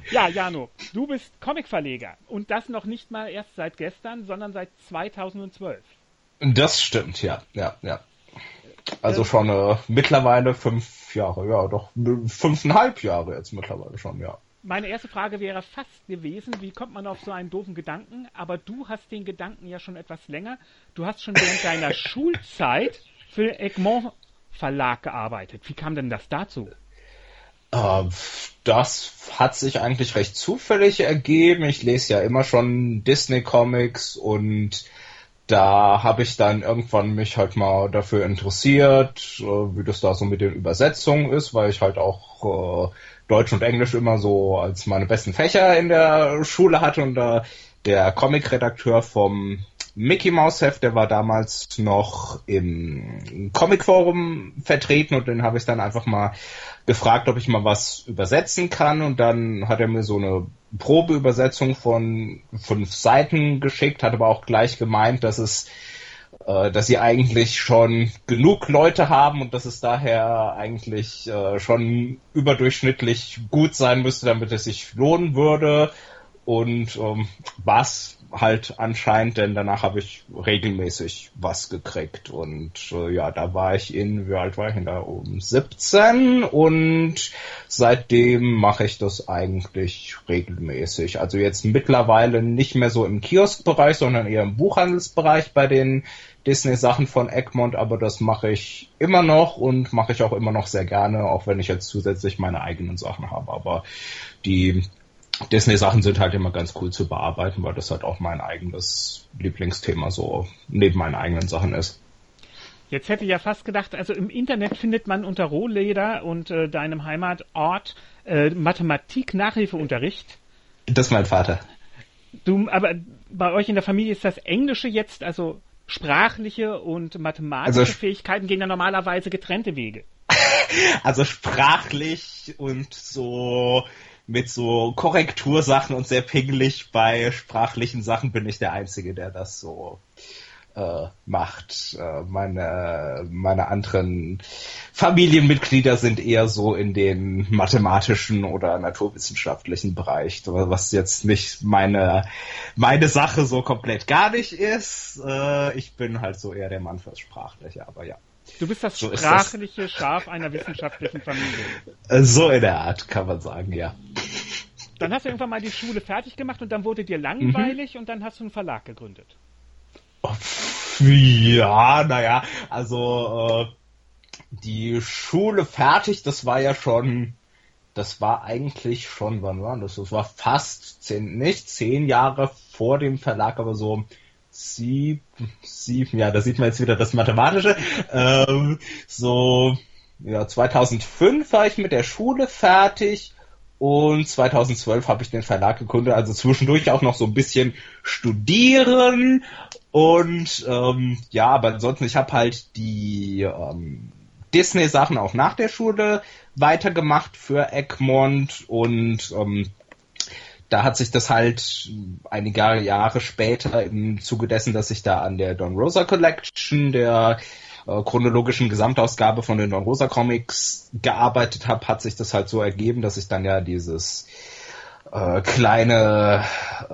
Ja, Jano, du bist Comicverleger und das noch nicht mal erst seit gestern, sondern seit 2012. Das stimmt, ja, ja, ja. Also Äh, schon mittlerweile 5 Jahre, ja, doch 5,5 Jahre jetzt mittlerweile schon, ja. Meine erste Frage wäre fast gewesen, wie kommt man auf so einen doofen Gedanken? Aber du hast den Gedanken ja schon etwas länger. Du hast schon während deiner Schulzeit für Egmont Verlag gearbeitet. Wie kam denn das dazu? Äh, Das hat sich eigentlich recht zufällig ergeben. Ich lese ja immer schon Disney Comics und da habe ich dann irgendwann mich halt mal dafür interessiert, wie das da so mit den Übersetzungen ist, weil ich halt auch Deutsch und Englisch immer so als meine besten Fächer in der Schule hatte und da der Comic-Redakteur vom Mickey Mouse Heft, der war damals noch im Comic Forum vertreten und den habe ich dann einfach mal gefragt, ob ich mal was übersetzen kann und dann hat er mir so eine Probeübersetzung von 5 Seiten geschickt, hat aber auch gleich gemeint, dass sie eigentlich schon genug Leute haben und dass es daher eigentlich schon überdurchschnittlich gut sein müsste, damit es sich lohnen würde. Und was halt anscheinend, denn danach habe ich regelmäßig was gekriegt. Und ja, da war ich wie alt war ich denn da? 17 und seitdem mache ich das eigentlich regelmäßig. Also jetzt mittlerweile nicht mehr so im Kioskbereich, sondern eher im Buchhandelsbereich bei den Disney-Sachen von Egmont, aber das mache ich immer noch und mache ich auch immer noch sehr gerne, auch wenn ich jetzt zusätzlich meine eigenen Sachen habe. Aber die Disney-Sachen sind halt immer ganz cool zu bearbeiten, weil das halt auch mein eigenes Lieblingsthema so neben meinen eigenen Sachen ist. Jetzt hätte ich ja fast gedacht, also im Internet findet man unter Rohleder und deinem Heimatort Mathematik-Nachhilfeunterricht. Das ist mein Vater. Aber bei euch in der Familie ist das Englische jetzt, also sprachliche und Also, mathematische Fähigkeiten gehen ja normalerweise getrennte Wege. also sprachlich und so mit so Korrektursachen und sehr pingelig bei sprachlichen Sachen bin ich der Einzige, der das so macht. Meine anderen Familienmitglieder sind eher so in den mathematischen oder naturwissenschaftlichen Bereich, was jetzt nicht meine Sache so komplett gar nicht ist. Ich bin halt so eher der Mann fürs Sprachliche, aber ja. Du bist das So ist das. sprachliche Schaf einer wissenschaftlichen Familie. So in der Art, kann man sagen, ja. Dann hast du irgendwann mal die Schule fertig gemacht und dann wurde dir langweilig und dann hast du einen Verlag gegründet. Ja, naja, also die Schule fertig, das war eigentlich schon, wann war das? Das war fast 10 Jahre vor dem Verlag, aber so 7, ja, da sieht man jetzt wieder das Mathematische. So, ja, 2005 war ich mit der Schule fertig und 2012 habe ich den Verlag gegründet, also zwischendurch auch noch so ein bisschen studieren und ja, aber ansonsten, ich habe halt die Disney-Sachen auch nach der Schule weitergemacht für Egmont und da hat sich das halt einige Jahre später im Zuge dessen, dass ich da an der Don Rosa Collection, der chronologischen Gesamtausgabe von den Don Rosa Comics gearbeitet habe, hat sich das halt so ergeben, dass ich dann ja dieses kleine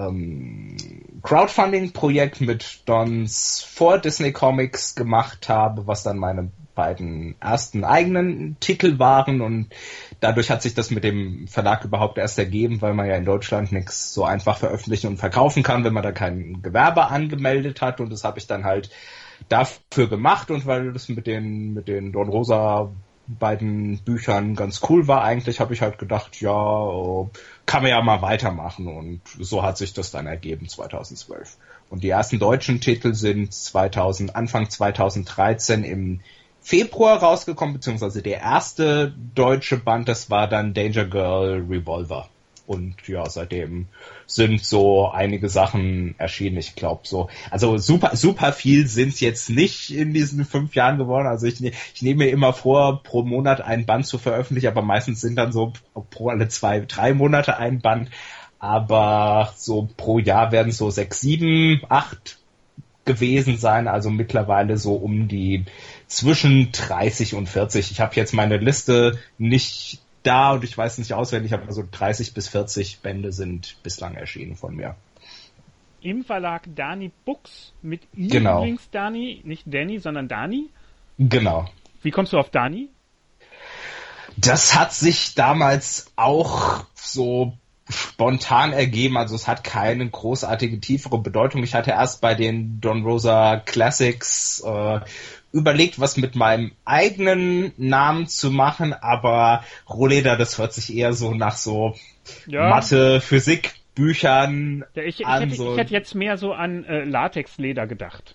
Crowdfunding-Projekt mit Dons vor Disney Comics gemacht habe, was dann meine beiden ersten eigenen Titel waren und dadurch hat sich das mit dem Verlag überhaupt erst ergeben, weil man ja in Deutschland nichts so einfach veröffentlichen und verkaufen kann, wenn man da kein Gewerbe angemeldet hat und das habe ich dann halt dafür gemacht und weil das mit den Don Rosa beiden Büchern ganz cool war eigentlich, habe ich halt gedacht, ja, kann man ja mal weitermachen und so hat sich das dann ergeben 2012. Und die ersten deutschen Titel sind Anfang 2013 im Februar rausgekommen, beziehungsweise der erste deutsche Band, das war dann Danger Girl Revolver. Und ja, seitdem sind so einige Sachen erschienen, ich glaube so. Also super viel sind es jetzt nicht in diesen 5 Jahren geworden. Also ich nehme mir immer vor, pro Monat einen Band zu veröffentlichen, aber meistens sind dann so pro alle 2-3 Monate ein Band. Aber so pro Jahr werden so 6, 7, 8 gewesen sein. Also mittlerweile so um die zwischen 30 und 40. Ich habe jetzt meine Liste nicht da und ich weiß nicht auswendig, aber so 30 bis 40 Bände sind bislang erschienen von mir. Im Verlag Dani Books mit I Genau. übrigens, Dani, nicht Danny, sondern Dani. Genau. Wie kommst du auf Dani? Das hat sich damals auch so spontan ergeben, also es hat keine großartige tiefere Bedeutung. Ich hatte erst bei den Don Rosa Classics überlegt, was mit meinem eigenen Namen zu machen, aber Rohleder, das hört sich eher so nach so Mathe, Physik, Büchern an. Ich hätte jetzt mehr so an Latexleder gedacht.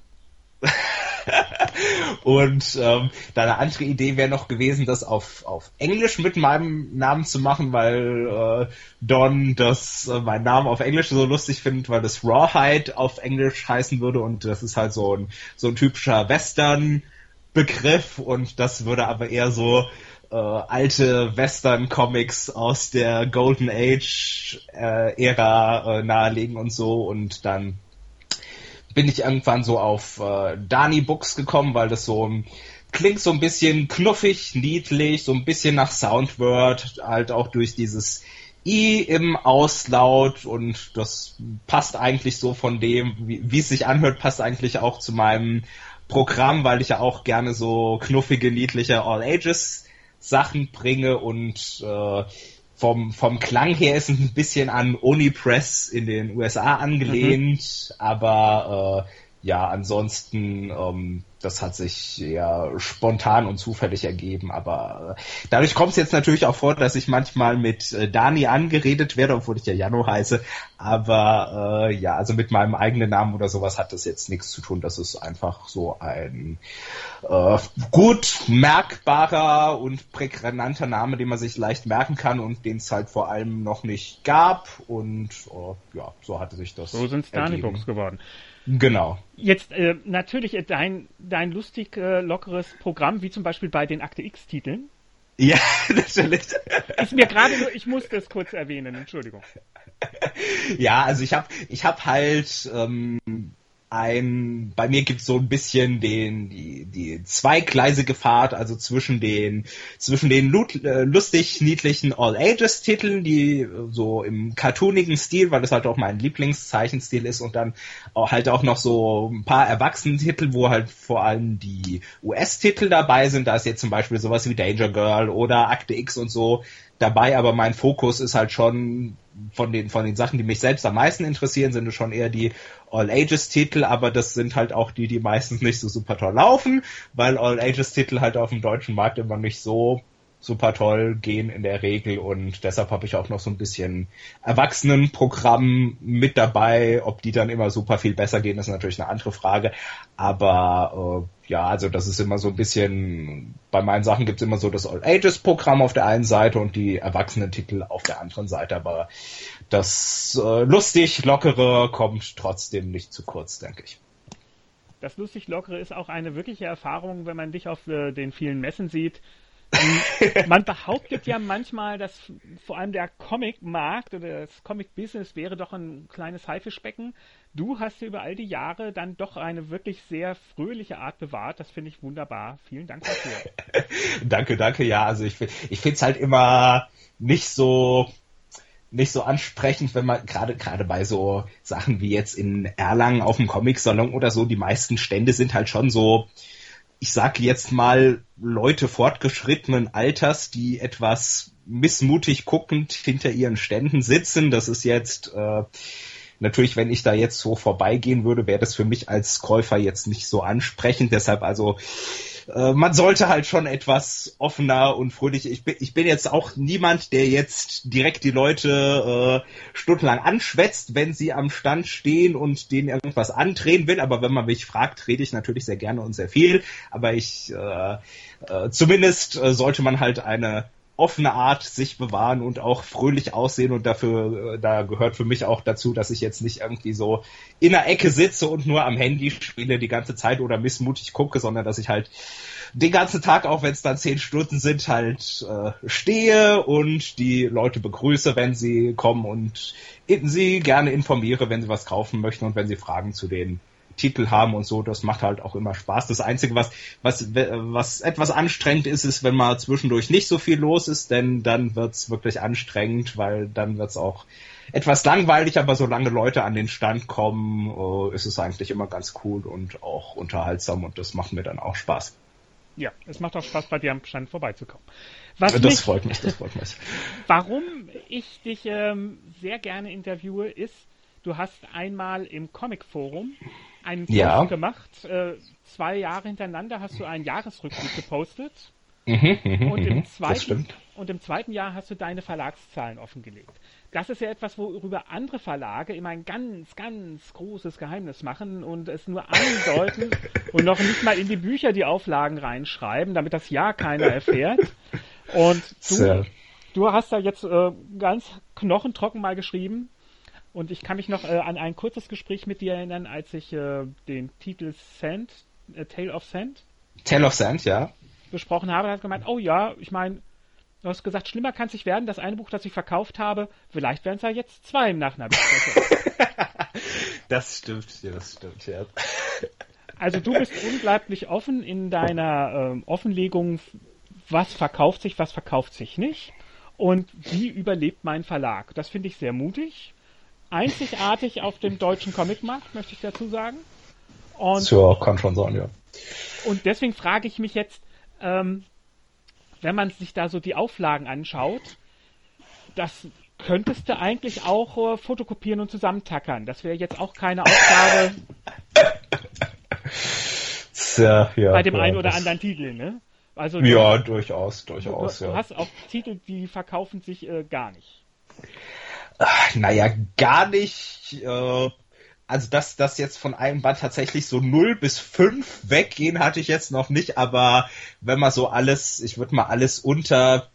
Und da eine andere Idee wäre noch gewesen, das auf Englisch mit meinem Namen zu machen, weil Don meinen Namen auf Englisch so lustig findet, weil das Rawhide auf Englisch heißen würde und das ist halt so ein typischer Western-Begriff und das würde aber eher so alte Western-Comics aus der Golden Age-Ära nahelegen und so und dann bin ich irgendwann so auf Dani Books gekommen, weil das klingt so ein bisschen knuffig, niedlich, so ein bisschen nach Soundword, halt auch durch dieses I im Auslaut und das passt eigentlich so von dem, wie es sich anhört, passt eigentlich auch zu meinem Programm, weil ich ja auch gerne so knuffige, niedliche All-Ages-Sachen bringe und vom Klang her ist es ein bisschen an Unipress in den USA angelehnt, aber ansonsten das hat sich ja spontan und zufällig ergeben, aber dadurch kommt es jetzt natürlich auch vor, dass ich manchmal mit Dani angeredet werde, obwohl ich ja Jano heiße, aber also mit meinem eigenen Namen oder sowas hat das jetzt nichts zu tun, das ist einfach so ein gut merkbarer und prägnanter Name, den man sich leicht merken kann und den es halt vor allem noch nicht gab und so hatte sich das So sind Dani Books geworden. Genau. Jetzt natürlich dein lustig lockeres Programm, wie zum Beispiel bei den Akte X-Titeln. Ja, natürlich. Ist mir gerade nur, ich muss das kurz erwähnen, Entschuldigung. Ja, also ich hab halt bei mir gibt's so ein bisschen die zweigleisige Fahrt, also zwischen den lustig niedlichen All-Ages-Titeln, die so im cartoonigen Stil, weil das halt auch mein Lieblingszeichenstil ist und dann halt auch noch so ein paar Erwachsenen-Titel, wo halt vor allem die US-Titel dabei sind, da ist jetzt zum Beispiel sowas wie Danger Girl oder Akte X und so dabei, aber mein Fokus ist halt schon von den Sachen, die mich selbst am meisten interessieren, sind es schon eher die All-Ages-Titel, aber das sind halt auch die meistens nicht so super toll laufen, weil All-Ages-Titel halt auf dem deutschen Markt immer nicht so super toll gehen in der Regel und deshalb habe ich auch noch so ein bisschen Erwachsenenprogramm mit dabei. Ob die dann immer super viel besser gehen, ist natürlich eine andere Frage, aber also das ist immer so ein bisschen, bei meinen Sachen gibt's immer so das All-Ages-Programm auf der einen Seite und die Erwachsenentitel auf der anderen Seite, aber das lustig Lockere kommt trotzdem nicht zu kurz, denke ich. Das lustig Lockere ist auch eine wirkliche Erfahrung, wenn man dich auf den vielen Messen sieht. Man behauptet ja manchmal, dass vor allem der Comic-Markt oder das Comic-Business wäre doch ein kleines Haifischbecken. Du hast dir über all die Jahre dann doch eine wirklich sehr fröhliche Art bewahrt. Das finde ich wunderbar. Vielen Dank dafür. Danke. Ja, also ich finde es halt immer nicht so ansprechend, wenn man gerade bei so Sachen wie jetzt in Erlangen auf dem Comic-Salon oder so, die meisten Stände sind halt schon so, ich sag jetzt mal, Leute fortgeschrittenen Alters, die etwas missmutig guckend hinter ihren Ständen sitzen. Das ist jetzt natürlich, wenn ich da jetzt so vorbeigehen würde, wäre das für mich als Käufer jetzt nicht so ansprechend. Deshalb also man sollte halt schon etwas offener und fröhlich. Ich bin jetzt auch niemand, der jetzt direkt die Leute stundenlang anschwätzt, wenn sie am Stand stehen und denen irgendwas andrehen will. Aber wenn man mich fragt, rede ich natürlich sehr gerne und sehr viel. Aber zumindest sollte man halt eine offene Art sich bewahren und auch fröhlich aussehen und dafür, da gehört für mich auch dazu, dass ich jetzt nicht irgendwie so in der Ecke sitze und nur am Handy spiele die ganze Zeit oder missmutig gucke, sondern dass ich halt den ganzen Tag, auch wenn es dann 10 Stunden sind, halt stehe und die Leute begrüße, wenn sie kommen und sie gerne informiere, wenn sie was kaufen möchten und wenn sie Fragen zu den Titel haben und so, das macht halt auch immer Spaß. Das Einzige, was etwas anstrengend ist, wenn mal zwischendurch nicht so viel los ist, denn dann wird's wirklich anstrengend, weil dann wird's auch etwas langweilig, aber solange Leute an den Stand kommen, ist es eigentlich immer ganz cool und auch unterhaltsam und das macht mir dann auch Spaß. Ja, es macht auch Spaß, bei dir am Stand vorbeizukommen. Das freut mich. Warum ich dich sehr gerne interviewe, ist, du hast einmal im Comic-Forum einen Post gemacht. 2 Jahre hintereinander hast du einen Jahresrückblick gepostet. Und im zweiten Jahr hast du deine Verlagszahlen offengelegt. Das ist ja etwas, worüber andere Verlage immer ein ganz, ganz großes Geheimnis machen und es nur andeuten und noch nicht mal in die Bücher die Auflagen reinschreiben, damit das ja keiner erfährt. Und du hast da jetzt ganz knochentrocken mal geschrieben. Und ich kann mich noch an ein kurzes Gespräch mit dir erinnern, als ich den Titel Tale of Sand, ja, besprochen habe. Da hast du gemeint, oh ja, ich meine, du hast gesagt, schlimmer kann es nicht werden. Das eine Buch, das ich verkauft habe, vielleicht wären es ja jetzt 2 nach einer Besprechung. Das stimmt, ja. Also du bist unglaublich offen in deiner Offenlegung, was verkauft sich nicht und wie überlebt mein Verlag. Das finde ich sehr mutig. Einzigartig auf dem deutschen Comicmarkt, möchte ich dazu sagen. Und, ja, kann schon sein, ja. Und deswegen frage ich mich jetzt, wenn man sich da so die Auflagen anschaut, das könntest du eigentlich auch fotokopieren und zusammentackern. Das wäre jetzt auch keine Aufgabe bei dem einen oder anderen Titel, ne? Also ja, durchaus. Du hast auch Titel, die verkaufen sich gar nicht. Naja, gar nicht. Also dass jetzt von einem Band tatsächlich so 0 bis 5 weggehen, hatte ich jetzt noch nicht, aber wenn man so ich würde mal alles unter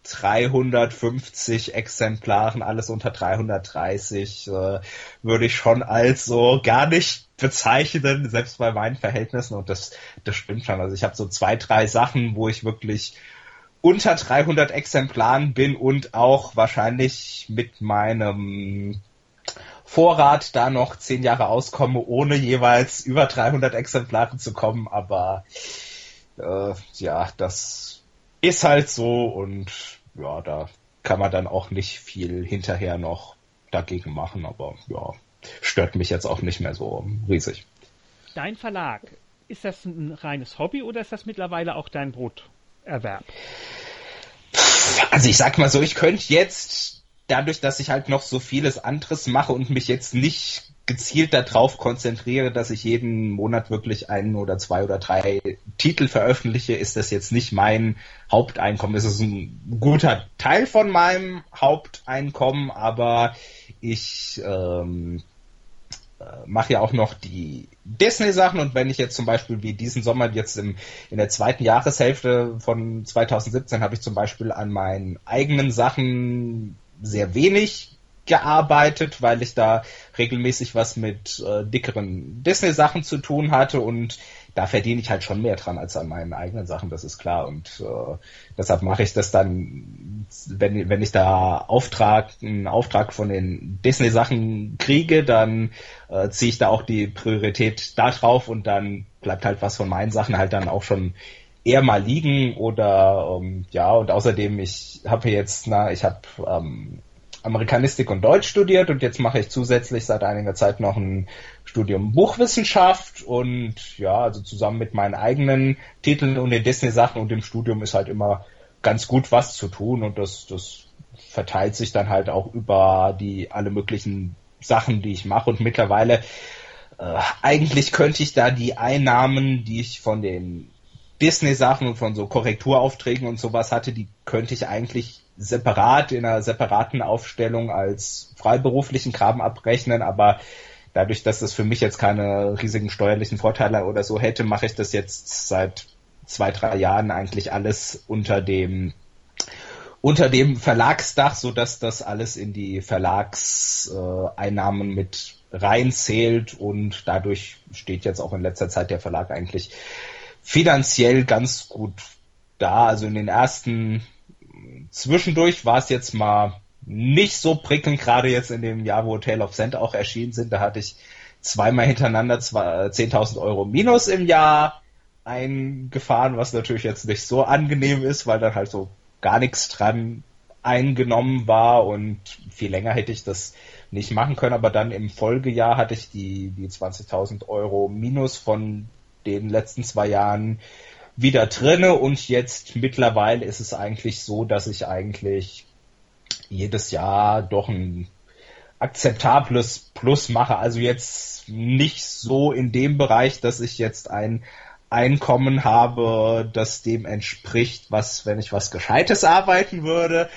350 Exemplaren, alles unter 330, würde ich schon als so gar nicht bezeichnen, selbst bei meinen Verhältnissen, und das stimmt schon. Also ich habe so 2, 3 Sachen, wo ich wirklich unter 300 Exemplaren bin und auch wahrscheinlich mit meinem Vorrat da noch 10 Jahre auskomme, ohne jeweils über 300 Exemplare zu kommen, aber ja, das ist halt so und ja, da kann man dann auch nicht viel hinterher noch dagegen machen, aber ja, stört mich jetzt auch nicht mehr so riesig. Dein Verlag, ist das ein reines Hobby oder ist das mittlerweile auch dein Broterwerb? Also ich sag mal so, ich könnte jetzt, dadurch, dass ich halt noch so vieles anderes mache und mich jetzt nicht gezielt darauf konzentriere, dass ich jeden Monat wirklich 1 oder 2 oder 3 Titel veröffentliche, ist das jetzt nicht mein Haupteinkommen. Es ist ein guter Teil von meinem Haupteinkommen, aber ich mache ja auch noch die Disney-Sachen, und wenn ich jetzt zum Beispiel wie diesen Sommer jetzt in der 2. Jahreshälfte von 2017 habe ich zum Beispiel an meinen eigenen Sachen sehr wenig gearbeitet, weil ich da regelmäßig was mit dickeren Disney-Sachen zu tun hatte, und da verdiene ich halt schon mehr dran als an meinen eigenen Sachen, das ist klar, und deshalb mache ich das dann, wenn ich da einen Auftrag von den Disney-Sachen kriege, dann ziehe ich da auch die Priorität da drauf, und dann bleibt halt was von meinen Sachen halt dann auch schon eher mal liegen, oder ja, und außerdem, ich habe Amerikanistik und Deutsch studiert, und jetzt mache ich zusätzlich seit einiger Zeit noch ein Studium Buchwissenschaft, und ja, also zusammen mit meinen eigenen Titeln und den Disney-Sachen und dem Studium ist halt immer ganz gut was zu tun, und das verteilt sich dann halt auch über alle möglichen Sachen, die ich mache, und mittlerweile eigentlich könnte ich da die Einnahmen, die ich von den Disney-Sachen und von so Korrekturaufträgen und sowas hatte, die könnte ich eigentlich separat in einer separaten Aufstellung als freiberuflichen Kram abrechnen, aber dadurch, dass das für mich jetzt keine riesigen steuerlichen Vorteile oder so hätte, mache ich das jetzt seit 2, 3 Jahren eigentlich alles unter dem Verlagsdach, sodass das alles in die Verlagseinnahmen mit reinzählt, und dadurch steht jetzt auch in letzter Zeit der Verlag eigentlich finanziell ganz gut da. Also in den ersten zwischendurch war es jetzt mal nicht so prickelnd, gerade jetzt in dem Jahr, wo Tale of Sand auch erschienen sind. Da hatte ich zweimal hintereinander 10.000 Euro minus im Jahr eingefahren, was natürlich jetzt nicht so angenehm ist, weil dann halt so gar nichts dran eingenommen war und viel länger hätte ich das nicht machen können, aber dann im Folgejahr hatte ich die 20.000 Euro minus von den letzten 2 Jahren wieder drinne und jetzt mittlerweile ist es eigentlich so, dass ich eigentlich jedes Jahr doch ein akzeptables Plus mache. Also jetzt nicht so in dem Bereich, dass ich jetzt ein Einkommen habe, das dem entspricht, was, wenn ich was Gescheites arbeiten würde,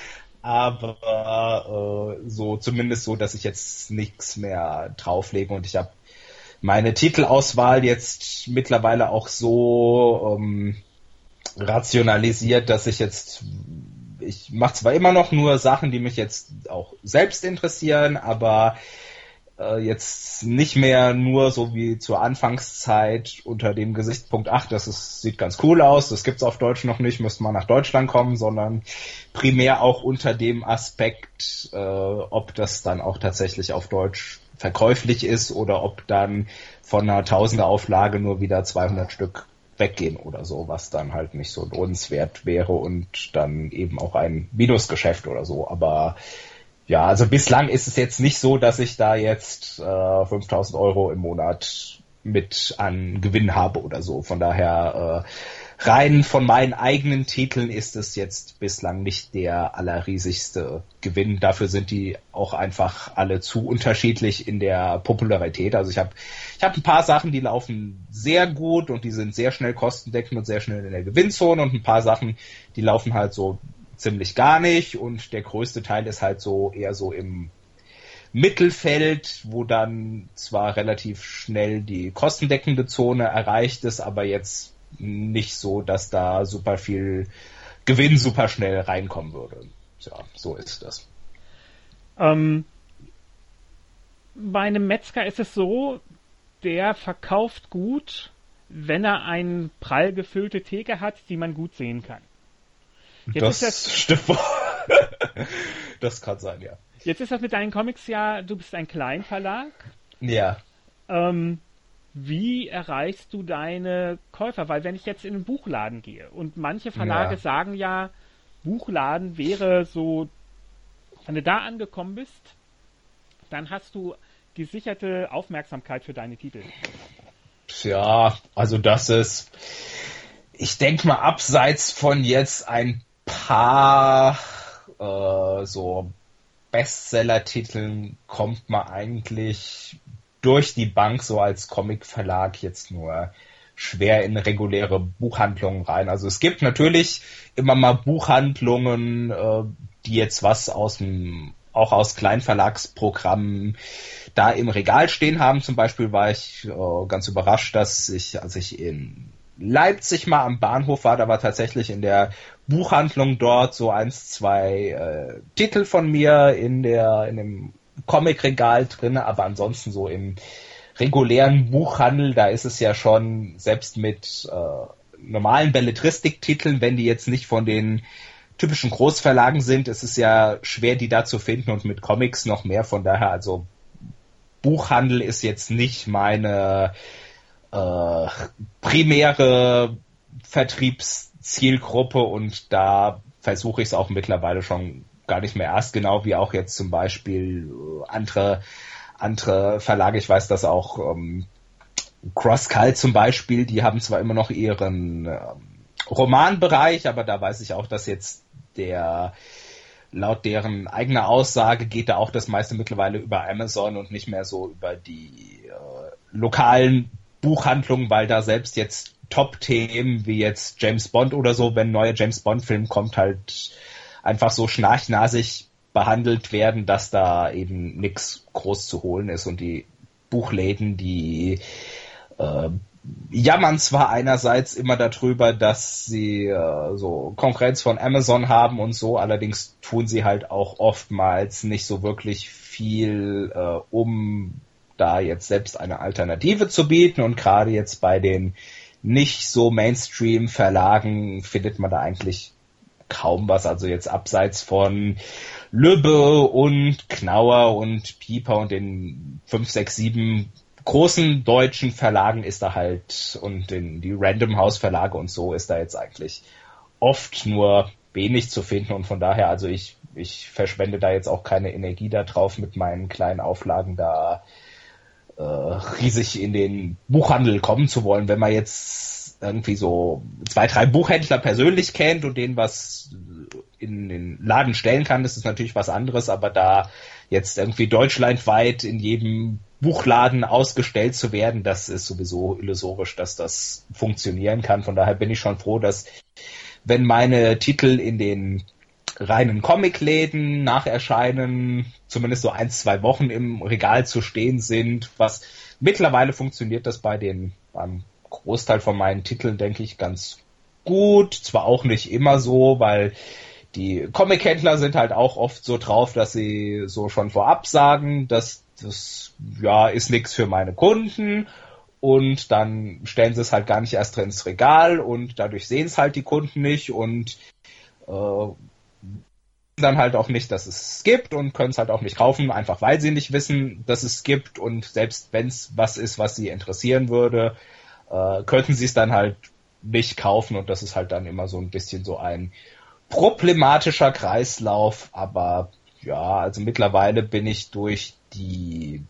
aber so zumindest so, dass ich jetzt nichts mehr drauflege und ich habe meine Titelauswahl jetzt mittlerweile auch so rationalisiert, dass ich mache zwar immer noch nur Sachen, die mich jetzt auch selbst interessieren, aber jetzt nicht mehr nur so wie zur Anfangszeit unter dem Gesichtspunkt, ach, sieht ganz cool aus, das gibt's auf Deutsch noch nicht, müsste mal nach Deutschland kommen, sondern primär auch unter dem Aspekt, ob das dann auch tatsächlich auf Deutsch verkäuflich ist oder ob dann von einer Tausender-Auflage nur wieder 200 Stück weggehen oder so, was dann halt nicht so lohnenswert wäre und dann eben auch ein Minusgeschäft oder so, aber ja, also bislang ist es jetzt nicht so, dass ich da jetzt 5.000 Euro im Monat mit an Gewinn habe oder so. Von daher rein von meinen eigenen Titeln ist es jetzt bislang nicht der allerriesigste Gewinn. Dafür sind die auch einfach alle zu unterschiedlich in der Popularität. Also ich hab ein paar Sachen, die laufen sehr gut und die sind sehr schnell kostendeckend und sehr schnell in der Gewinnzone und ein paar Sachen, die laufen halt so ziemlich gar nicht und der größte Teil ist halt so eher so im Mittelfeld, wo dann zwar relativ schnell die kostendeckende Zone erreicht ist, aber jetzt nicht so, dass da super viel Gewinn super schnell reinkommen würde. Ja, so ist das. Bei einem Metzger ist es so, der verkauft gut, wenn er eine prall gefüllte Theke hat, die man gut sehen kann. Das stimmt. Das kann sein, ja. Jetzt ist das mit deinen Comics ja, du bist ein Kleinverlag. Ja. Wie erreichst du deine Käufer? Weil wenn ich jetzt in einen Buchladen gehe und manche Verlage sagen ja, Buchladen wäre so, wenn du da angekommen bist, dann hast du gesicherte Aufmerksamkeit für deine Titel. Ja, also das ist, ich denke mal, abseits von jetzt ein paar so Bestseller-Titeln kommt man eigentlich durch die Bank so als Comic-Verlag jetzt nur schwer in reguläre Buchhandlungen rein. Also es gibt natürlich immer mal Buchhandlungen, die jetzt was auch aus Kleinverlagsprogrammen da im Regal stehen haben. Zum Beispiel war ich ganz überrascht, als ich in Leipzig mal am Bahnhof war, da war tatsächlich in der Buchhandlung dort so 1, 2 Titel von mir in dem Comicregal drin, aber ansonsten so im regulären Buchhandel, da ist es ja schon, selbst mit normalen Belletristiktiteln, wenn die jetzt nicht von den typischen Großverlagen sind, ist es ja schwer, die da zu finden und mit Comics noch mehr, von daher, also Buchhandel ist jetzt nicht meine primäre Vertriebszielgruppe und da versuche ich es auch mittlerweile schon gar nicht mehr erst, genau wie auch jetzt zum Beispiel andere Verlage. Ich weiß, dass auch CrossCult zum Beispiel, die haben zwar immer noch ihren Romanbereich, aber da weiß ich auch, dass jetzt laut deren eigener Aussage geht da auch das meiste mittlerweile über Amazon und nicht mehr so über die lokalen Buchhandlungen, weil da selbst jetzt Top-Themen wie jetzt James Bond oder so, wenn ein neuer James Bond-Film kommt, halt einfach so schnarchnasig behandelt werden, dass da eben nichts groß zu holen ist und die Buchläden, die jammern zwar einerseits immer darüber, dass sie so Konkurrenz von Amazon haben und so, allerdings tun sie halt auch oftmals nicht so wirklich viel, um da jetzt selbst eine Alternative zu bieten und gerade jetzt bei den nicht so Mainstream-Verlagen findet man da eigentlich kaum was, also jetzt abseits von Lübbe und Knauer und Pieper und den 5, 6, 7 großen deutschen Verlagen ist da halt und in die Random House Verlage und so ist da jetzt eigentlich oft nur wenig zu finden und von daher, also ich verschwende da jetzt auch keine Energie da drauf, mit meinen kleinen Auflagen da riesig in den Buchhandel kommen zu wollen. Wenn man jetzt irgendwie so 2, 3 Buchhändler persönlich kennt und denen was in den Laden stellen kann, ist es natürlich was anderes, aber da jetzt irgendwie deutschlandweit in jedem Buchladen ausgestellt zu werden, das ist sowieso illusorisch, dass das funktionieren kann. Von daher bin ich schon froh, dass wenn meine Titel in den reinen Comicläden nach Erscheinen zumindest so 1, 2 Wochen im Regal zu stehen sind, was mittlerweile funktioniert das beim Großteil von meinen Titeln, denke ich, ganz gut. Zwar auch nicht immer so, weil die Comic-Händler sind halt auch oft so drauf, dass sie so schon vorab sagen, dass das ja ist nichts für meine Kunden und dann stellen sie es halt gar nicht erst ins Regal und dadurch sehen es halt die Kunden nicht und dann halt auch nicht, dass es gibt und können es halt auch nicht kaufen, einfach weil sie nicht wissen, dass es gibt und selbst wenn es was ist, was sie interessieren würde, könnten sie es dann halt nicht kaufen und das ist halt dann immer so ein bisschen so ein problematischer Kreislauf, aber ja, also mittlerweile bin ich durch die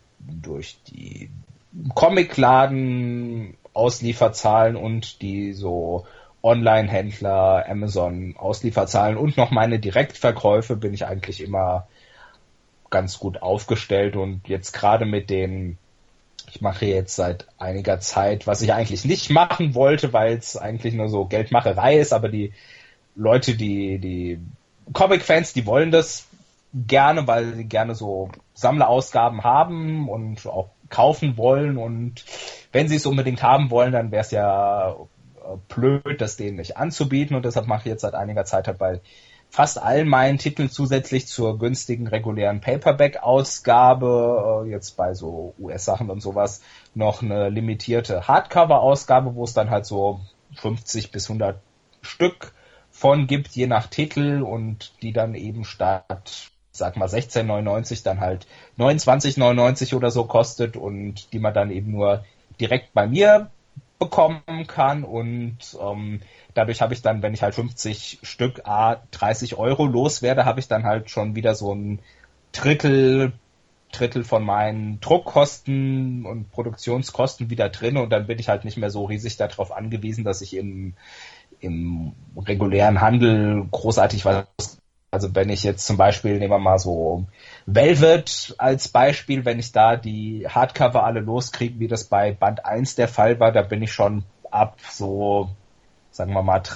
Comicladen Auslieferzahlen und die so Online-Händler, Amazon Auslieferzahlen und noch meine Direktverkäufe bin ich eigentlich immer ganz gut aufgestellt und jetzt gerade ich mache jetzt seit einiger Zeit, was ich eigentlich nicht machen wollte, weil es eigentlich nur so Geldmacherei ist, aber die Leute, die Comic-Fans, die wollen das gerne, weil sie gerne so Sammlerausgaben haben und auch kaufen wollen und wenn sie es unbedingt haben wollen, dann wäre es ja blöd, das denen nicht anzubieten und deshalb mache ich jetzt seit einiger Zeit halt bei fast allen meinen Titeln zusätzlich zur günstigen regulären Paperback-Ausgabe, jetzt bei so US-Sachen und sowas, noch eine limitierte Hardcover-Ausgabe, wo es dann halt so 50 bis 100 Stück von gibt, je nach Titel und die dann eben statt, sag mal 16,99 dann halt 29,99 oder so kostet und die man dann eben nur direkt bei mir bekommen kann und dadurch habe ich dann, wenn ich halt 50 Stück 30 Euro loswerde, habe ich dann halt schon wieder so ein Drittel von meinen Druckkosten und Produktionskosten wieder drin und dann bin ich halt nicht mehr so riesig darauf angewiesen, dass ich im regulären Handel großartig was. Also wenn ich jetzt zum Beispiel, nehmen wir mal so Velvet als Beispiel, wenn ich da die Hardcover alle loskriege, wie das bei Band 1 der Fall war, da bin ich schon ab so, sagen wir mal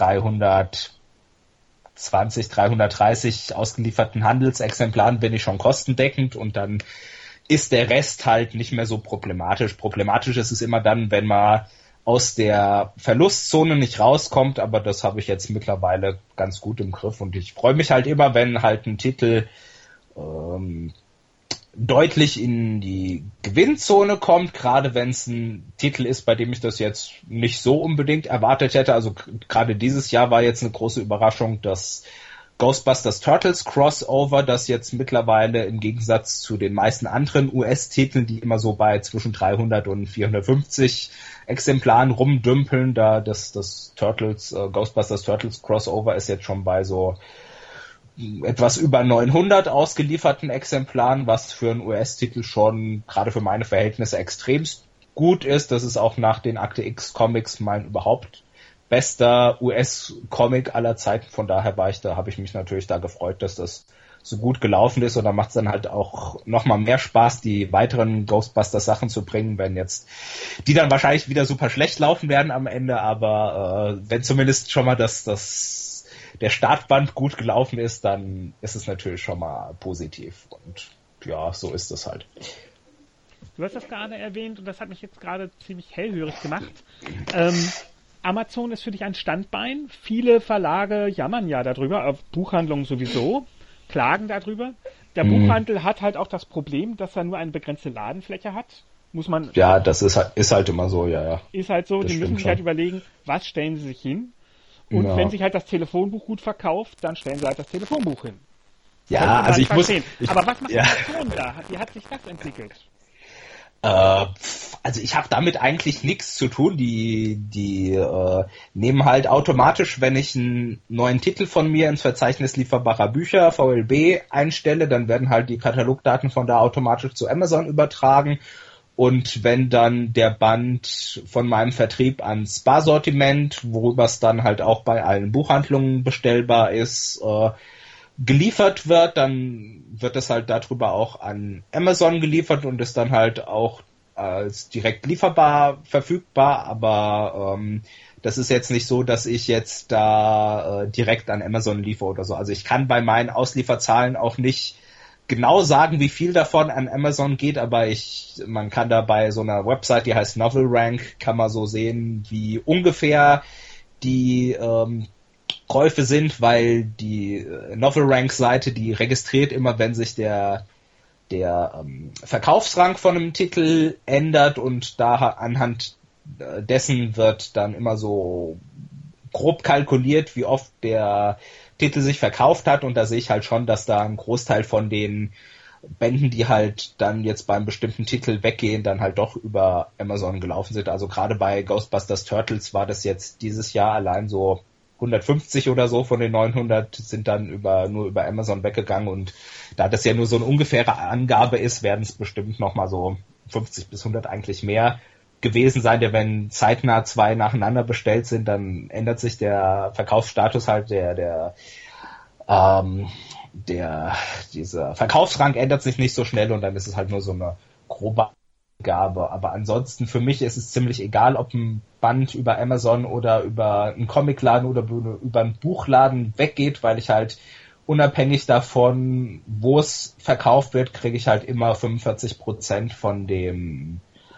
320, 330 ausgelieferten Handelsexemplaren bin ich schon kostendeckend und dann ist der Rest halt nicht mehr so problematisch. Problematisch ist es immer dann, wenn man aus der Verlustzone nicht rauskommt, aber das habe ich jetzt mittlerweile ganz gut im Griff und ich freue mich halt immer, wenn halt ein Titel deutlich in die Gewinnzone kommt, gerade wenn es ein Titel ist, bei dem ich das jetzt nicht so unbedingt erwartet hätte. Also gerade dieses Jahr war jetzt eine große Überraschung, dass Ghostbusters Turtles Crossover, das jetzt mittlerweile im Gegensatz zu den meisten anderen US-Titeln, die immer so bei zwischen 300 und 450 Exemplaren rumdümpeln, da das Ghostbusters Turtles Crossover ist jetzt schon bei so etwas über 900 ausgelieferten Exemplaren, was für einen US-Titel schon gerade für meine Verhältnisse extremst gut ist. Das ist auch nach den Akte X Comics mein überhaupt bester US-Comic aller Zeiten. Von daher habe ich mich natürlich da gefreut, dass das so gut gelaufen ist. Und da macht es dann halt auch nochmal mehr Spaß, die weiteren Ghostbusters-Sachen zu bringen, wenn jetzt die dann wahrscheinlich wieder super schlecht laufen werden am Ende. Aber wenn zumindest schon mal der Startband gut gelaufen ist, dann ist es natürlich schon mal positiv. Und ja, so ist es halt. Du hast das gerade erwähnt und das hat mich jetzt gerade ziemlich hellhörig gemacht. Amazon ist für dich ein Standbein. Viele Verlage jammern ja darüber, auf Buchhandlungen sowieso, klagen darüber. Der Buchhandel hat halt auch das Problem, dass er nur eine begrenzte Ladenfläche hat. Ja, das ist halt immer so, ja. Ist halt so, die müssen sich halt überlegen, was stellen sie sich hin. Und wenn sich halt das Telefonbuch gut verkauft, dann stellen sie halt das Telefonbuch hin. Ja, also ich muss... Aber was macht Amazon da? Wie hat sich das entwickelt? Also ich habe damit eigentlich nichts zu tun. Die nehmen halt automatisch, wenn ich einen neuen Titel von mir ins Verzeichnis lieferbarer Bücher, VLB, einstelle, dann werden halt die Katalogdaten von da automatisch zu Amazon übertragen. Und wenn dann der Band von meinem Vertrieb ans Barsortiment, worüber es dann halt auch bei allen Buchhandlungen bestellbar ist, geliefert wird, dann wird es halt darüber auch an Amazon geliefert und ist dann halt auch als direkt lieferbar verfügbar, aber das ist jetzt nicht so, dass ich jetzt da direkt an Amazon liefere oder so. Also ich kann bei meinen Auslieferzahlen auch nicht genau sagen, wie viel davon an Amazon geht, aber man kann da bei so einer Website, die heißt Novel Rank, kann man so sehen, wie ungefähr die Käufe sind, weil die Novel Rank Seite, die registriert immer, wenn sich der Verkaufsrang von einem Titel ändert und da anhand dessen wird dann immer so grob kalkuliert, wie oft der Titel sich verkauft hat und da sehe ich halt schon, dass da ein Großteil von den Bänden, die halt dann jetzt beim bestimmten Titel weggehen, dann halt doch über Amazon gelaufen sind. Also gerade bei Ghostbusters Turtles war das jetzt dieses Jahr allein so 150 oder so von den 900 sind dann nur über Amazon weggegangen und da das ja nur so eine ungefähre Angabe ist, werden es bestimmt nochmal so 50 bis 100 eigentlich mehr gewesen sein, der wenn zeitnah 2 nacheinander bestellt sind, dann ändert sich der Verkaufsstatus halt, dieser Verkaufsrang ändert sich nicht so schnell und dann ist es halt nur so eine grobe Angabe. Aber ansonsten für mich ist es ziemlich egal, ob ein Band über Amazon oder über einen Comicladen oder über einen Buchladen weggeht, weil ich halt unabhängig davon, wo es verkauft wird, kriege ich halt immer 45% von dem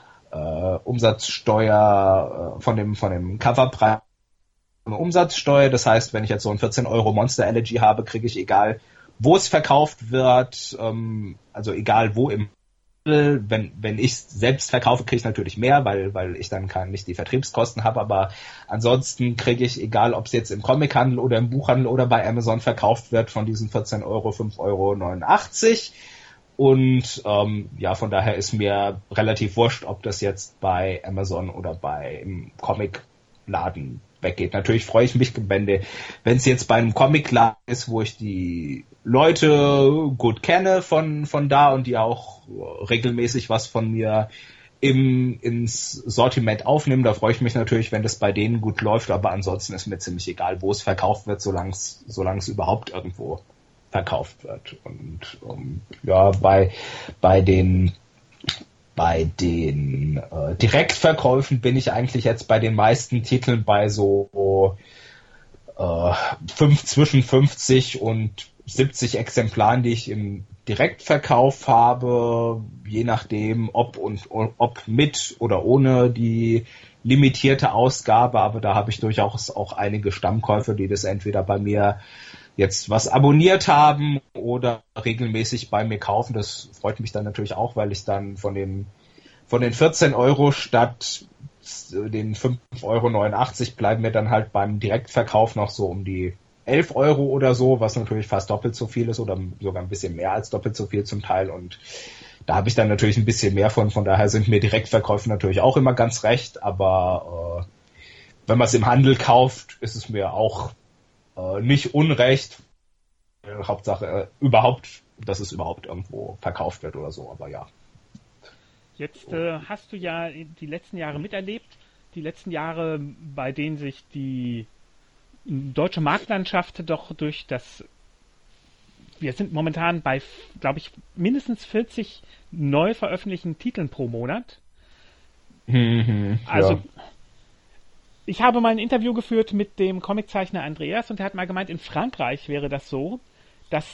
Umsatzsteuer, von dem Coverpreis Umsatzsteuer. Das heißt, wenn ich jetzt so ein 14 Euro Monster Elegy habe, kriege ich egal, wo es verkauft wird, also egal wo im wenn ich es selbst verkaufe, kriege ich natürlich mehr, weil ich dann nicht die Vertriebskosten habe, aber ansonsten kriege ich, egal ob es jetzt im Comichandel oder im Buchhandel oder bei Amazon verkauft wird, von diesen 14 Euro 5,89 Euro. Und ja, von daher ist mir relativ wurscht, ob das jetzt bei Amazon oder im Comicladen weggeht. Natürlich freue ich mich, wenn es jetzt bei einem Comicladen ist, wo ich die Leute gut kenne von da und die auch regelmäßig was von mir ins Sortiment aufnehmen. Da freue ich mich natürlich, wenn das bei denen gut läuft, aber ansonsten ist mir ziemlich egal, wo es verkauft wird, solange es überhaupt irgendwo verkauft wird. Und ja, bei den Direktverkäufen bin ich eigentlich jetzt bei den meisten Titeln bei so zwischen 50 und 70 Exemplaren, die ich im Direktverkauf habe, je nachdem, ob mit oder ohne die limitierte Ausgabe, aber da habe ich durchaus auch einige Stammkäufer, die das entweder bei mir jetzt was abonniert haben oder regelmäßig bei mir kaufen. Das freut mich dann natürlich auch, weil ich dann von den 14 Euro statt den 5,89 Euro bleiben mir dann halt beim Direktverkauf noch so um die 11 Euro oder so, was natürlich fast doppelt so viel ist oder sogar ein bisschen mehr als doppelt so viel zum Teil und da habe ich dann natürlich ein bisschen mehr von daher sind mir Direktverkäufe natürlich auch immer ganz recht, aber wenn man es im Handel kauft, ist es mir auch nicht unrecht. Hauptsache dass es überhaupt irgendwo verkauft wird oder so, aber ja. Jetzt hast du ja die letzten Jahre miterlebt, die letzten Jahre, bei denen sich die deutsche Marktlandschaft doch wir sind momentan bei, glaube ich, mindestens 40 neu veröffentlichten Titeln pro Monat. Also, ich habe mal ein Interview geführt mit dem Comiczeichner Andreas und er hat mal gemeint, in Frankreich wäre das so, dass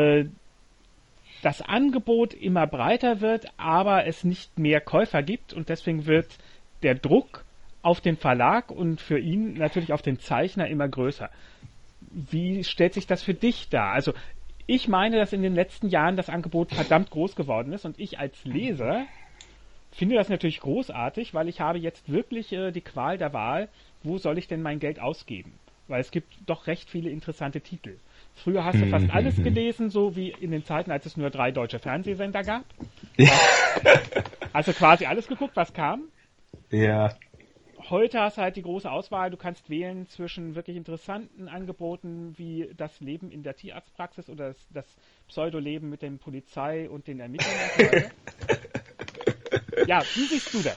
das Angebot immer breiter wird, aber es nicht mehr Käufer gibt und deswegen wird der Druck auf den Verlag und für ihn natürlich auf den Zeichner immer größer. Wie stellt sich das für dich dar? Also ich meine, dass in den letzten Jahren das Angebot verdammt groß geworden ist und ich als Leser finde das natürlich großartig, weil ich habe jetzt wirklich die Qual der Wahl, wo soll ich denn mein Geld ausgeben? Weil es gibt doch recht viele interessante Titel. Früher hast du fast alles gelesen, so wie in den Zeiten, als es nur 3 deutsche Fernsehsender gab. Also quasi alles geguckt, was kam. Ja. Heute hast du halt die große Auswahl. Du kannst wählen zwischen wirklich interessanten Angeboten wie das Leben in der Tierarztpraxis oder das Pseudoleben mit der Polizei und den Ermittlern und so weiter. Ja, wie siehst du das?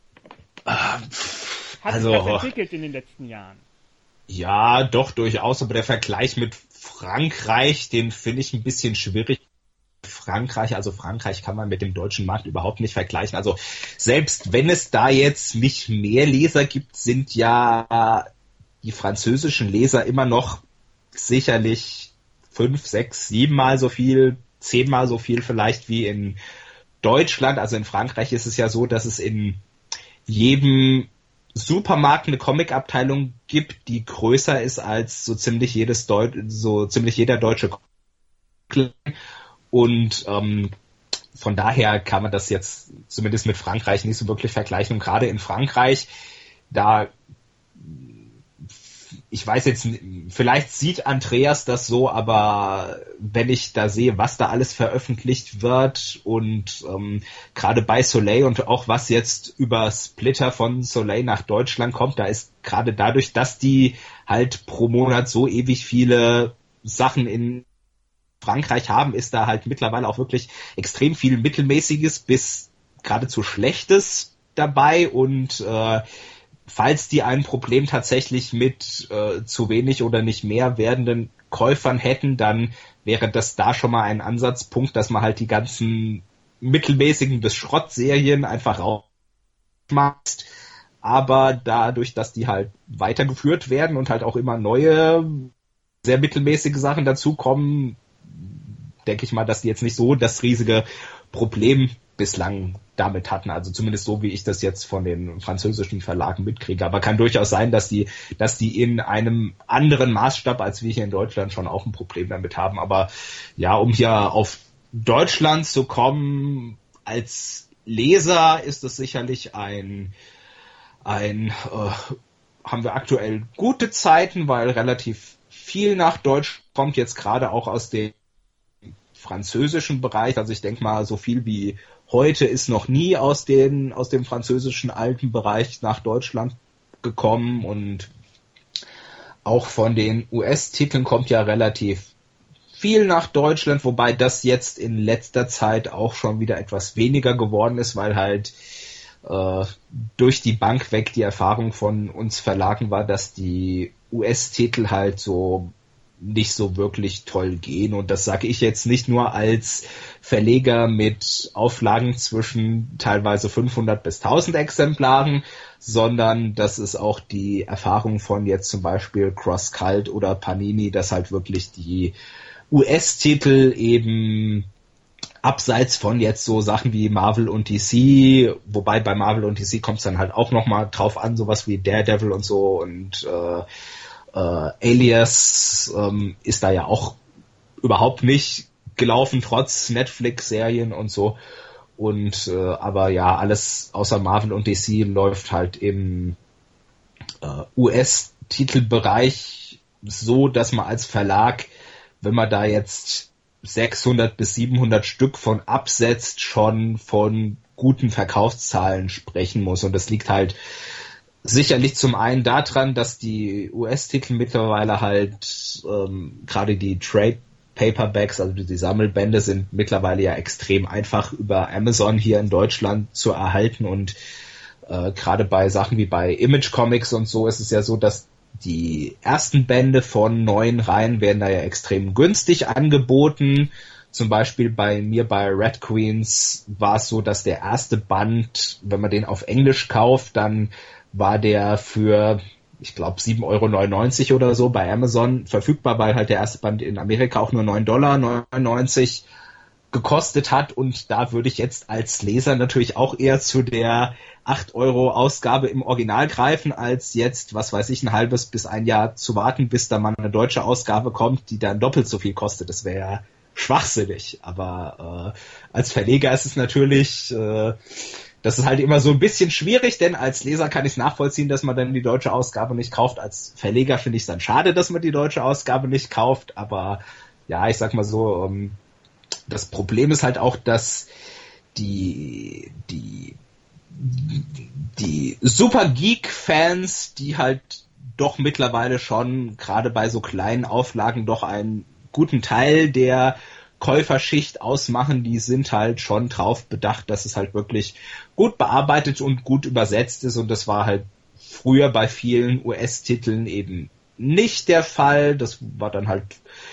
Hat sich das entwickelt in den letzten Jahren? Ja, doch, durchaus. Aber der Vergleich mit Frankreich, den finde ich ein bisschen schwierig. Frankreich kann man mit dem deutschen Markt überhaupt nicht vergleichen. Also selbst wenn es da jetzt nicht mehr Leser gibt, sind ja die französischen Leser immer noch sicherlich 5, 6, 7 Mal so viel, 10 Mal so viel vielleicht wie in Deutschland. Also in Frankreich ist es ja so, dass es in jedem Supermarkt eine Comic-Abteilung gibt, die größer ist als so ziemlich jeder deutsche Comic. Und von daher kann man das jetzt zumindest mit Frankreich nicht so wirklich vergleichen. Und gerade in Frankreich, ich weiß jetzt, vielleicht sieht Andreas das so, aber wenn ich da sehe, was da alles veröffentlicht wird und gerade bei Soleil und auch was jetzt über Splitter von Soleil nach Deutschland kommt, da ist gerade dadurch, dass die halt pro Monat so ewig viele Sachen in Frankreich haben, ist da halt mittlerweile auch wirklich extrem viel Mittelmäßiges bis geradezu Schlechtes dabei und falls die ein Problem tatsächlich mit zu wenig oder nicht mehr werdenden Käufern hätten, dann wäre das da schon mal ein Ansatzpunkt, dass man halt die ganzen mittelmäßigen bis Schrottserien einfach rausschmeißt. Aber dadurch, dass die halt weitergeführt werden und halt auch immer neue, sehr mittelmäßige Sachen dazukommen, denke ich mal, dass die jetzt nicht so das riesige Problem bislang damit hatten. Also zumindest so, wie ich das jetzt von den französischen Verlagen mitkriege. Aber kann durchaus sein, dass die in einem anderen Maßstab als wir hier in Deutschland schon auch ein Problem damit haben. Aber ja, um hier auf Deutschland zu kommen, als Leser ist es sicherlich haben wir aktuell gute Zeiten, weil relativ viel nach Deutsch kommt, jetzt gerade auch aus dem französischen Bereich. Also ich denke mal, so viel wie heute ist noch nie aus dem französischen alten Bereich nach Deutschland gekommen und auch von den US-Titeln kommt ja relativ viel nach Deutschland, wobei das jetzt in letzter Zeit auch schon wieder etwas weniger geworden ist, weil halt durch die Bank weg die Erfahrung von uns Verlagen war, dass die US-Titel halt so nicht so wirklich toll gehen. Und das sage ich jetzt nicht nur als Verleger mit Auflagen zwischen teilweise 500 bis 1000 Exemplaren, sondern das ist auch die Erfahrung von jetzt zum Beispiel CrossCult oder Panini, dass halt wirklich die US-Titel eben abseits von jetzt so Sachen wie Marvel und DC, wobei bei Marvel und DC kommt es dann halt auch nochmal drauf an, sowas wie Daredevil und so und Alias ist da ja auch überhaupt nicht gelaufen, trotz Netflix-Serien und so. Und aber ja, alles außer Marvel und DC läuft halt im US-Titelbereich so, dass man als Verlag, wenn man da jetzt 600 bis 700 Stück von absetzt, schon von guten Verkaufszahlen sprechen muss. Und das liegt halt sicherlich zum einen daran, dass die US-Titel mittlerweile halt gerade die Trade Paperbacks, also die Sammelbände, sind mittlerweile ja extrem einfach über Amazon hier in Deutschland zu erhalten und gerade bei Sachen wie bei Image Comics und so ist es ja so, dass die ersten Bände von neuen Reihen werden da ja extrem günstig angeboten. Zum Beispiel bei mir bei Red Queens war es so, dass der erste Band, wenn man den auf Englisch kauft, dann war der für, ich glaube, 7,99 € oder so bei Amazon verfügbar, weil halt der erste Band in Amerika auch nur $9,99 gekostet hat. Und da würde ich jetzt als Leser natürlich auch eher zu der 8 € Ausgabe im Original greifen, als jetzt, was weiß ich, ein halbes bis ein Jahr zu warten, bis da mal eine deutsche Ausgabe kommt, die dann doppelt so viel kostet. Das wäre ja schwachsinnig. Aber als Verleger ist es natürlich... das ist halt immer so ein bisschen schwierig, denn als Leser kann ich es nachvollziehen, dass man dann die deutsche Ausgabe nicht kauft. Als Verleger finde ich es dann schade, dass man die deutsche Ausgabe nicht kauft. Aber ja, ich sag mal so, das Problem ist halt auch, dass die Super Geek-Fans, die halt doch mittlerweile schon, gerade bei so kleinen Auflagen, doch einen guten Teil der Käuferschicht ausmachen, die sind halt schon drauf bedacht, dass es halt wirklich gut bearbeitet und gut übersetzt ist, und das war halt früher bei vielen US-Titeln eben nicht der Fall. Das war dann halt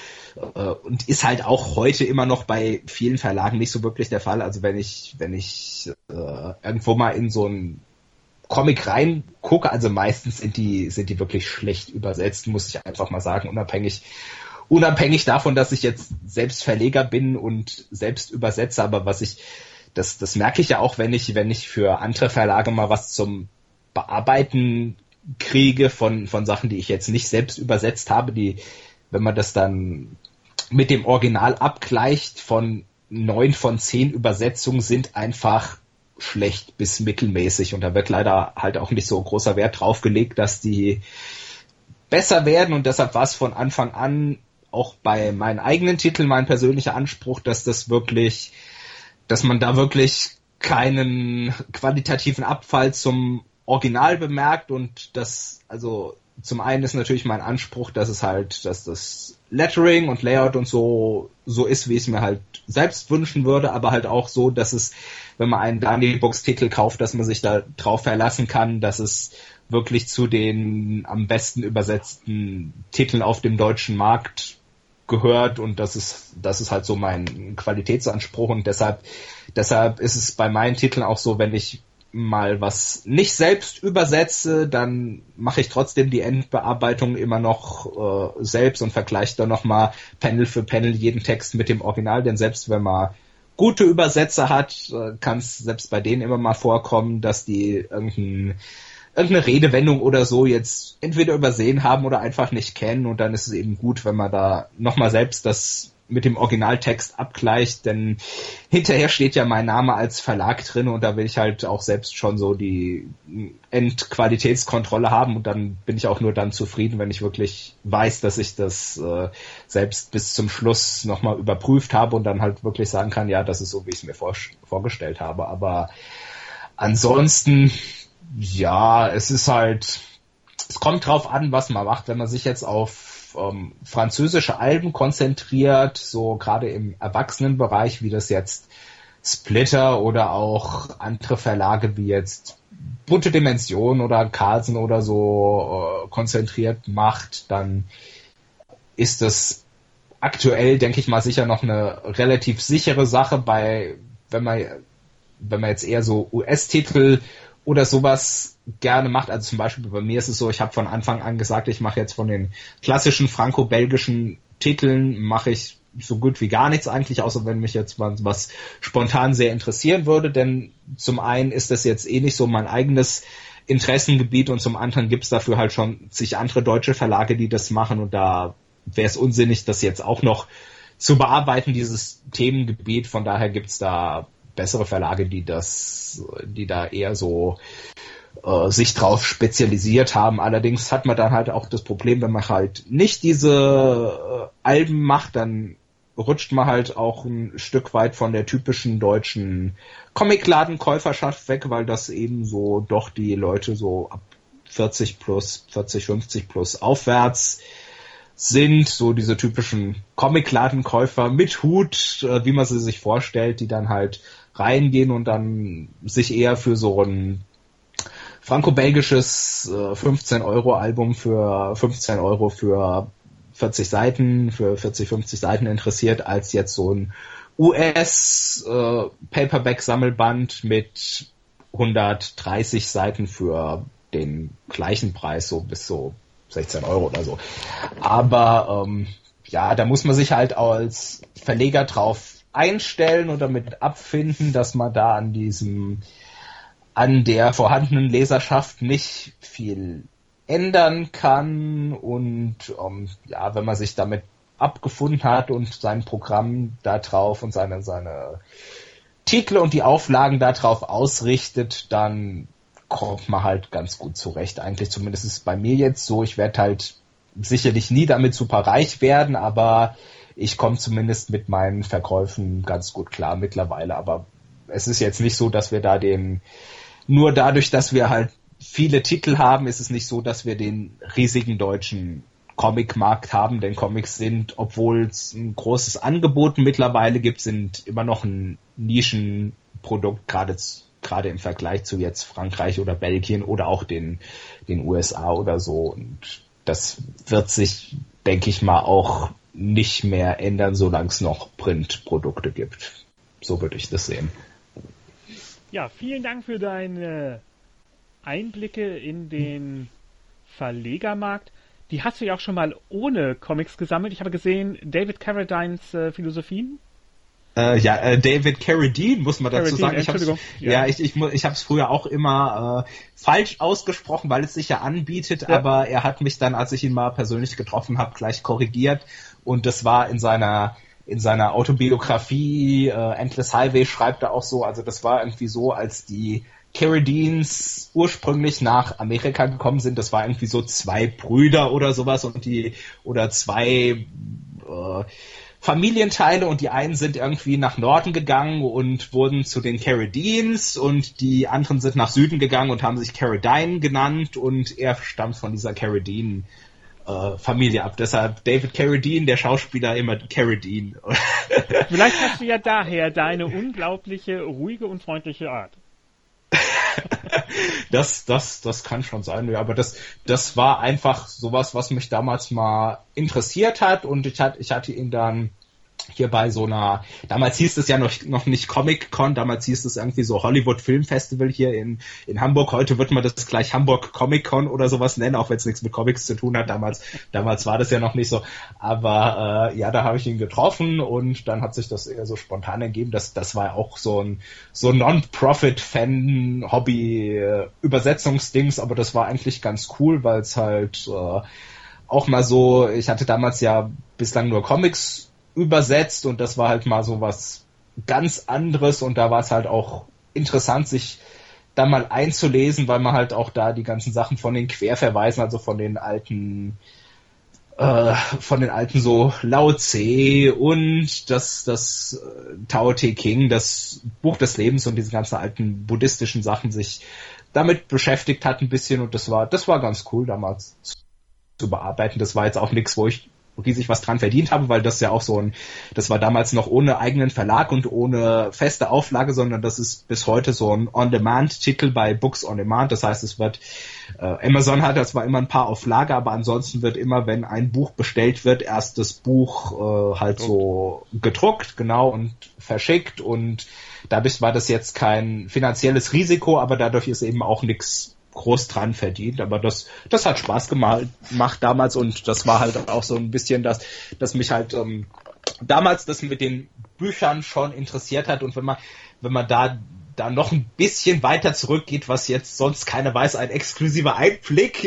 und ist halt auch heute immer noch bei vielen Verlagen nicht so wirklich der Fall. Also wenn ich irgendwo mal in so einen Comic reingucke, also meistens sind die wirklich schlecht übersetzt, muss ich einfach mal sagen, unabhängig davon, dass ich jetzt selbst Verleger bin und selbst übersetze, aber das merke ich ja auch, wenn ich für andere Verlage mal was zum Bearbeiten kriege von Sachen, die ich jetzt nicht selbst übersetzt habe, wenn man das dann mit dem Original abgleicht, von 9 von 10 Übersetzungen sind einfach schlecht bis mittelmäßig, und da wird leider halt auch nicht so großer Wert drauf gelegt, dass die besser werden, und deshalb war es von Anfang an auch bei meinen eigenen Titeln mein persönlicher Anspruch, dass man da wirklich keinen qualitativen Abfall zum Original bemerkt, und also zum einen ist natürlich mein Anspruch, dass das Lettering und Layout und so ist, wie ich es mir halt selbst wünschen würde, aber halt auch so, dass es, wenn man einen Daniel Books Titel kauft, dass man sich da drauf verlassen kann, dass es wirklich zu den am besten übersetzten Titeln auf dem deutschen Markt gehört, und das ist halt so mein Qualitätsanspruch, und deshalb ist es bei meinen Titeln auch so, wenn ich mal was nicht selbst übersetze, dann mache ich trotzdem die Endbearbeitung immer noch selbst und vergleiche dann nochmal Panel für Panel jeden Text mit dem Original, denn selbst wenn man gute Übersetzer hat, kann es selbst bei denen immer mal vorkommen, dass die irgendeine Redewendung oder so jetzt entweder übersehen haben oder einfach nicht kennen, und dann ist es eben gut, wenn man da nochmal selbst das mit dem Originaltext abgleicht, denn hinterher steht ja mein Name als Verlag drin, und da will ich halt auch selbst schon so die Endqualitätskontrolle haben, und dann bin ich auch nur dann zufrieden, wenn ich wirklich weiß, dass ich das selbst bis zum Schluss nochmal überprüft habe und dann halt wirklich sagen kann, ja, das ist so, wie ich es mir vorgestellt habe. Aber ansonsten, ja, es kommt drauf an, was man macht. Wenn man sich jetzt auf französische Alben konzentriert, so gerade im Erwachsenenbereich, wie das jetzt Splitter oder auch andere Verlage wie jetzt Bunte Dimension oder Carlsen oder so konzentriert macht, dann ist das aktuell, denke ich mal, sicher noch eine relativ sichere Sache, wenn man jetzt eher so US-Titel oder sowas gerne macht. Also zum Beispiel bei mir ist es so, ich habe von Anfang an gesagt, ich mache jetzt von den klassischen franco-belgischen Titeln, mache ich so gut wie gar nichts eigentlich, außer wenn mich jetzt was spontan sehr interessieren würde, denn zum einen ist das jetzt eh nicht so mein eigenes Interessengebiet, und zum anderen gibt es dafür halt schon zig andere deutsche Verlage, die das machen, und da wäre es unsinnig, das jetzt auch noch zu bearbeiten, dieses Themengebiet. Von daher gibt es da bessere Verlage, die da eher so sich drauf spezialisiert haben. Allerdings hat man dann halt auch das Problem, wenn man halt nicht diese Alben macht, dann rutscht man halt auch ein Stück weit von der typischen deutschen Comicladenkäuferschaft weg, weil das eben so doch die Leute so ab 40 plus, 40, 50 plus aufwärts sind, so diese typischen Comicladenkäufer mit Hut, wie man sie sich vorstellt, die dann halt reingehen und dann sich eher für so ein franco-belgisches 15-Euro-Album für 15 Euro für 40 Seiten, für 40, 50 Seiten interessiert, als jetzt so ein US-Paperback-Sammelband mit 130 Seiten für den gleichen Preis, so bis so 16 Euro oder so. Aber ja, da muss man sich halt als Verleger drauf einstellen und damit abfinden, dass man da an der vorhandenen Leserschaft nicht viel ändern kann, und ja, wenn man sich damit abgefunden hat und sein Programm da drauf und seine Titel und die Auflagen da drauf ausrichtet, dann kommt man halt ganz gut zurecht. Eigentlich zumindest ist es bei mir jetzt so, ich werde halt sicherlich nie damit super reich werden, aber ich komme zumindest mit meinen Verkäufen ganz gut klar mittlerweile. Aber es ist jetzt nicht so, dass wir da nur dadurch, dass wir halt viele Titel haben, ist es nicht so, dass wir den riesigen deutschen Comicmarkt haben, denn Comics sind, obwohl es ein großes Angebot mittlerweile gibt, sind immer noch ein Nischenprodukt, gerade im Vergleich zu jetzt Frankreich oder Belgien oder auch den USA oder so. Und das wird sich, denke ich mal, auch nicht mehr ändern, solange es noch Printprodukte gibt. So würde ich das sehen. Ja, vielen Dank für deine Einblicke in den Verlegermarkt. Die hast du ja auch schon mal ohne Comics gesammelt. Ich habe gesehen, David Carradines Philosophien. David Carradine, muss man dazu sagen. Entschuldigung. Ich habe es früher auch immer falsch ausgesprochen, weil es sich ja anbietet, aber er hat mich dann, als ich ihn mal persönlich getroffen habe, gleich korrigiert und das war in seiner Autobiografie Endless Highway schreibt er auch so, also das war irgendwie so, als die Carradines ursprünglich nach Amerika gekommen sind, das war irgendwie so 2 Brüder oder sowas oder 2 Familienteile und die einen sind irgendwie nach Norden gegangen und wurden zu den Carradines und die anderen sind nach Süden gegangen und haben sich Carradine genannt und er stammt von dieser Carradine Familie ab. Deshalb David Carradine, der Schauspieler, immer Carradine. Vielleicht hast du ja daher deine unglaubliche, ruhige und freundliche Art. Das kann schon sein, ja, aber das war einfach sowas, was mich damals mal interessiert hat und ich hatte ihn dann hier bei so einer, damals hieß es ja noch nicht Comic-Con, damals hieß es irgendwie so Hollywood Film Festival hier in Hamburg. Heute wird man das gleich Hamburg Comic-Con oder sowas nennen, auch wenn es nichts mit Comics zu tun hat. Damals war das ja noch nicht so. Aber da habe ich ihn getroffen und dann hat sich das eher so spontan ergeben. Das war ja auch so ein Non-Profit-Fan-Hobby-Übersetzungsdings, aber das war eigentlich ganz cool, weil es halt auch mal so, ich hatte damals ja bislang nur Comics übersetzt und das war halt mal so was ganz anderes und da war es halt auch interessant, sich da mal einzulesen, weil man halt auch da die ganzen Sachen von den Querverweisen, also von den alten so Lao Tse und das Tao Te Ching, das Buch des Lebens und diese ganzen alten buddhistischen Sachen sich damit beschäftigt hat ein bisschen und das war ganz cool damals zu bearbeiten. Das war jetzt auch nichts, wo ich riesig was dran verdient habe, weil das ja auch das war damals noch ohne eigenen Verlag und ohne feste Auflage, sondern das ist bis heute so ein On-Demand-Titel bei Books on Demand. Das heißt, es wird, Amazon hat zwar immer ein paar auf Lager, aber ansonsten wird immer, wenn ein Buch bestellt wird, erst das Buch so gedruckt, genau, und verschickt und dadurch war das jetzt kein finanzielles Risiko, aber dadurch ist eben auch nichts groß dran verdient, aber das hat Spaß gemacht damals und das war halt auch so ein bisschen, dass mich halt damals das mit den Büchern schon interessiert hat und wenn man da noch ein bisschen weiter zurückgeht, was jetzt sonst keiner weiß, ein exklusiver Einblick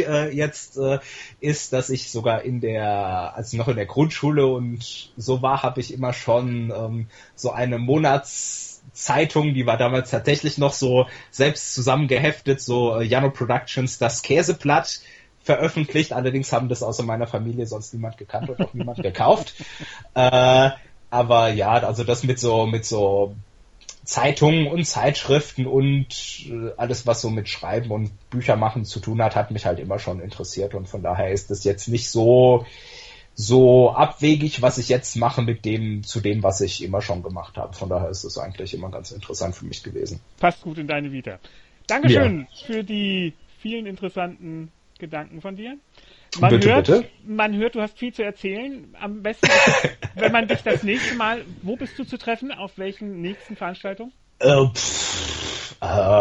ist, dass ich sogar als noch in der Grundschule und so war, habe ich immer schon so eine Monatszeitung, die war damals tatsächlich noch so selbst zusammengeheftet, so Jano Productions, das Käseblatt veröffentlicht. Allerdings haben das außer meiner Familie sonst niemand gekannt und auch niemand gekauft. Aber ja, also das mit so Zeitungen und Zeitschriften und alles, was so mit Schreiben und Büchermachen zu tun hat mich halt immer schon interessiert und von daher ist es jetzt nicht so abwegig, was ich jetzt mache zu dem, was ich immer schon gemacht habe. Von daher ist es eigentlich immer ganz interessant für mich gewesen. Passt gut in deine Vita. Dankeschön für die vielen interessanten Gedanken von dir. Man hört, du hast viel zu erzählen. Am besten ist es, wenn man dich das nächste Mal, wo bist du zu treffen? Auf welchen nächsten Veranstaltungen? Jetzt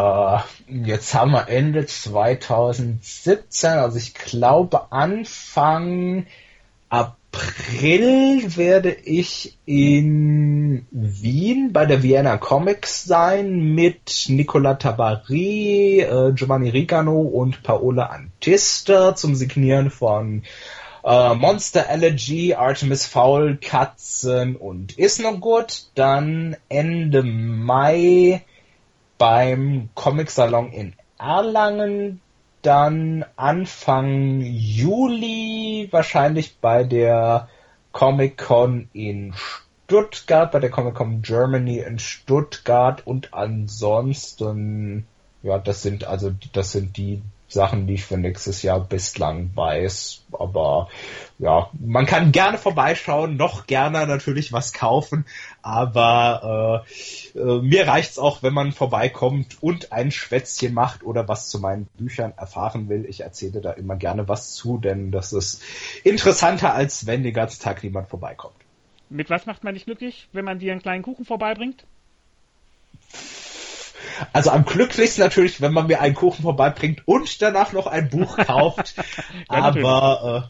haben wir Ende 2017, also ich glaube Anfang April werde ich in Wien bei der Vienna Comics sein mit Nicola Tabary, Giovanni Rigano und Paola Antista zum Signieren von Monster Allergy, Artemis Fowl, Katzen und Is No Good. Dann Ende Mai beim Comic Salon in Erlangen. Dann Anfang Juli wahrscheinlich bei der Comic-Con in Stuttgart, bei der Comic-Con Germany in Stuttgart und ansonsten, ja, das sind die Sachen, die ich für nächstes Jahr bislang weiß. Aber ja, man kann gerne vorbeischauen, noch gerne natürlich was kaufen, aber mir reicht's auch, wenn man vorbeikommt und ein Schwätzchen macht oder was zu meinen Büchern erfahren will. Ich erzähle da immer gerne was zu, denn das ist interessanter, als wenn den ganzen Tag niemand vorbeikommt. Mit was macht man dich glücklich, wenn man dir einen kleinen Kuchen vorbeibringt? Also am glücklichsten natürlich, wenn man mir einen Kuchen vorbeibringt und danach noch ein Buch kauft. Aber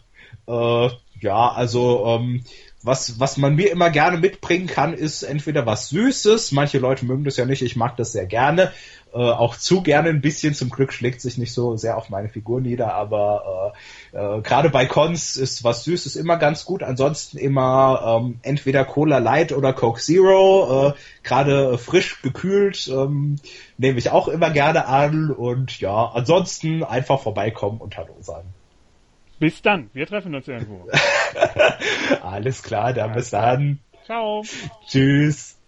was man mir immer gerne mitbringen kann, ist entweder was Süßes. Manche Leute mögen das ja nicht, ich mag das sehr gerne. Auch zu gerne ein bisschen. Zum Glück schlägt sich nicht so sehr auf meine Figur nieder, aber gerade bei Cons ist was Süßes immer ganz gut. Ansonsten immer entweder Cola Light oder Coke Zero. Gerade frisch gekühlt nehme ich auch immer gerne an. Und ja, ansonsten einfach vorbeikommen und Hallo sagen. Bis dann, wir treffen uns irgendwo. Alles klar, dann bis dann. Ciao. Tschüss.